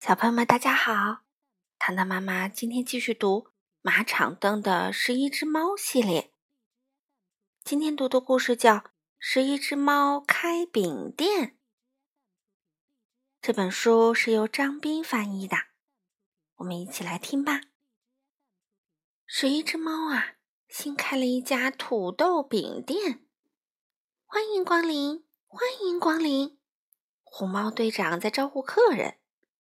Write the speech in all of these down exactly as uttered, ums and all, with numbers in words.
小朋友们，大家好！糖糖妈妈今天继续读《马场灯的十一只猫》系列。今天读的故事叫《十一只猫开饼店》。这本书是由张斌翻译的，我们一起来听吧。十一只猫啊，新开了一家土豆饼店。欢迎光临，欢迎光临！红猫队长在招呼客人。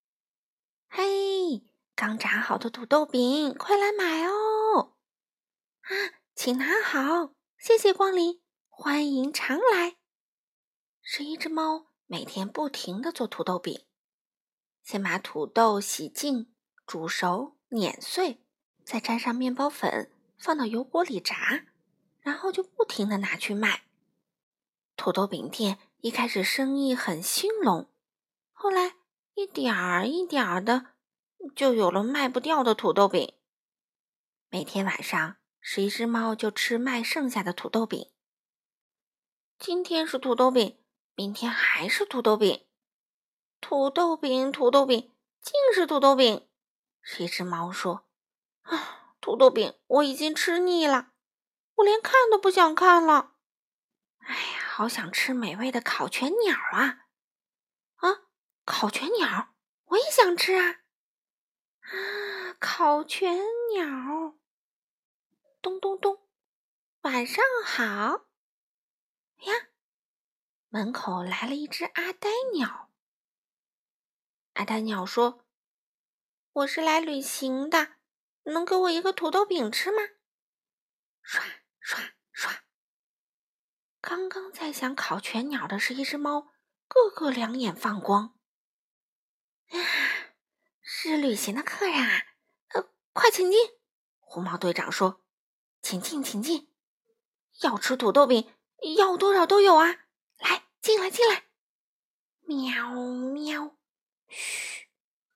嘿，刚炸好的土豆饼，快来买哦！啊，请拿好，谢谢光临，欢迎常来。十一只猫每天不停地做土豆饼，先把土豆洗净、煮熟、碾碎，再沾上面包粉，放到油锅里炸，然后就不停地拿去卖。土豆饼店一开始生意很兴隆，后来一点儿一点儿的就有了卖不掉的土豆饼。每天晚上，十一只猫就吃卖剩下的土豆饼。今天是土豆饼，明天还是土豆饼。土豆饼，土豆饼，尽是土豆饼。十一只猫说：“啊，土豆饼我已经吃腻了，我连看都不想看了。哎呀，好想吃美味的烤全鸟啊！啊，烤全鸟，我也想吃啊！啊，烤全鸟！咚咚咚，晚上好！呀，门口来了一只阿呆鸟。阿呆鸟说：“我是来旅行的，能给我一个土豆饼吃吗？”刷刷刷！刚刚在想烤全鸟的是一只猫，个个两眼放光。啊，是旅行的客人啊！呃，快请进！红毛队长说：“请进，请进！要吃土豆饼，要多少都有啊！来，进来，进来！”喵喵，嘘！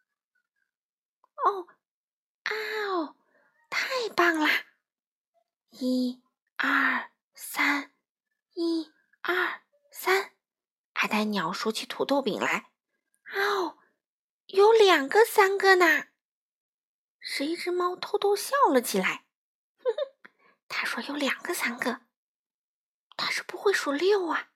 哦，啊哦，太棒啦！一、二、三，一、二、三。阿呆鸟数起土豆饼来。哦，有两个三个呢！十一只猫偷偷笑了起来。哼哼，他说有两个三个，他是不会数六啊。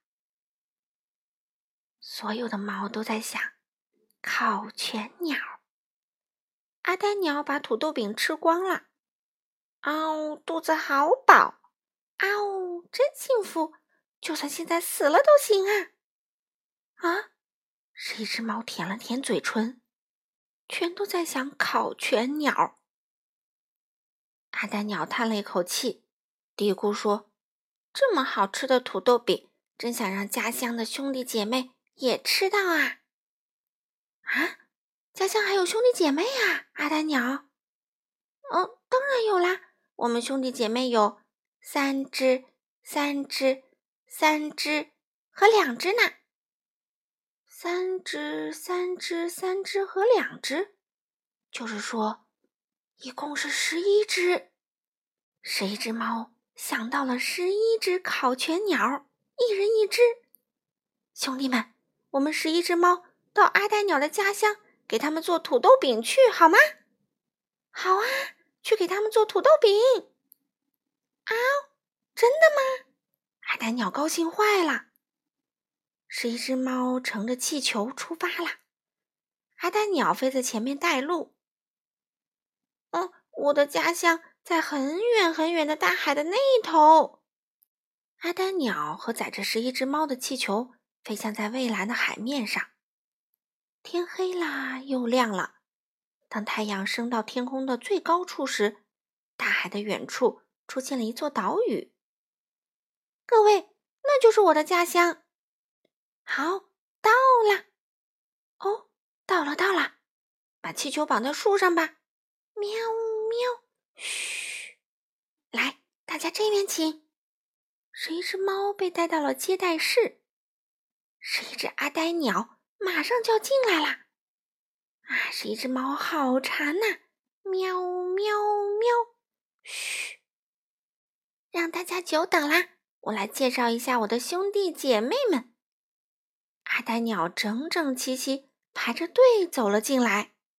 所有的猫都在想烤全鸟。阿呆鸟把土豆饼吃光了。嗷，肚子好饱！嗷，真幸福，就算现在死了都行啊！啊，是一只猫舔了舔嘴唇，全都在想烤全鸟。阿呆鸟叹了一口气，嘀咕说：“这么好吃的土豆饼，真想让家乡的兄弟姐妹也吃到啊！”啊，家乡还有兄弟姐妹啊，阿呆鸟？嗯，当然有啦，我们兄弟姐妹有三只、三只、三只和两只呢。三只、三只、三只和两只，就是说，一共是十一只。十一只猫想到了十一只烤全鸟，一人一只。兄弟们，我们十一只猫到阿呆鸟的家乡，给他们做土豆饼去，好吗？好啊，去给他们做土豆饼。啊，真的吗？阿呆鸟高兴坏了。十一只猫乘着气球出发了，阿呆鸟飞在前面带路。嗯，我的家乡在很远很远的大海的那头。阿呆鸟和载着十一只猫的气球飞向在蔚蓝的海面上。天黑啦，又亮了。当太阳升到天空的最高处时，大海的远处出现了一座岛屿。各位，那就是我的家乡。好，到了。哦，到了，到了。把气球绑在树上吧。喵喵，嘘。来，大家这边请。十一只猫被带到了接待室。十一只阿呆鸟马上就要进来了。啊，十一只猫好馋呐、啊！喵喵喵，嘘。让大家久等啦，我来介绍一下我的兄弟姐妹们。阿呆鸟整整齐齐排着队走了进来。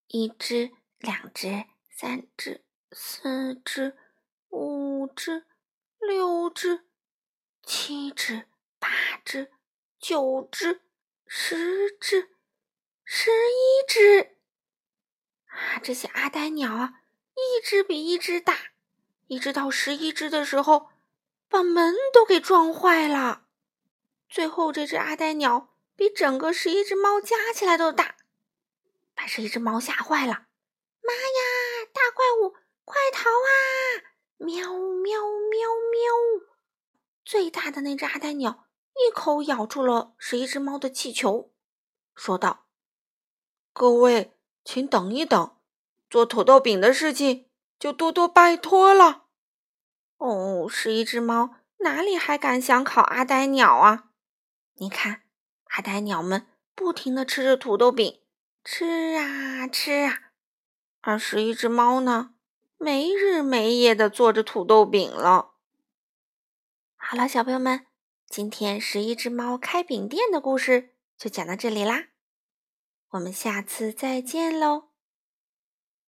一只，两只，三只，四只，五只，六只，七只，八只，九只，十只，十一只。啊，这些阿呆鸟啊，一只比一只大，一直到十一只的时候，把门都给撞坏了。最后这只阿呆鸟比整个十一只猫加起来都大，把十一只猫吓坏了。妈呀，大怪物，快逃啊！喵喵喵喵！最大的那只阿呆鸟一口咬住了十一只猫的气球，说道：各位，请等一等，做土豆饼的事情就多多拜托了。哦，十一只猫哪里还敢想烤阿呆鸟啊？你看，阿呆鸟们不停地吃着土豆饼，吃啊吃啊，而十一只猫呢，没日没夜地做着土豆饼了。好了，小朋友们，今天十一只猫开饼店的故事就讲到这里啦，我们下次再见喽。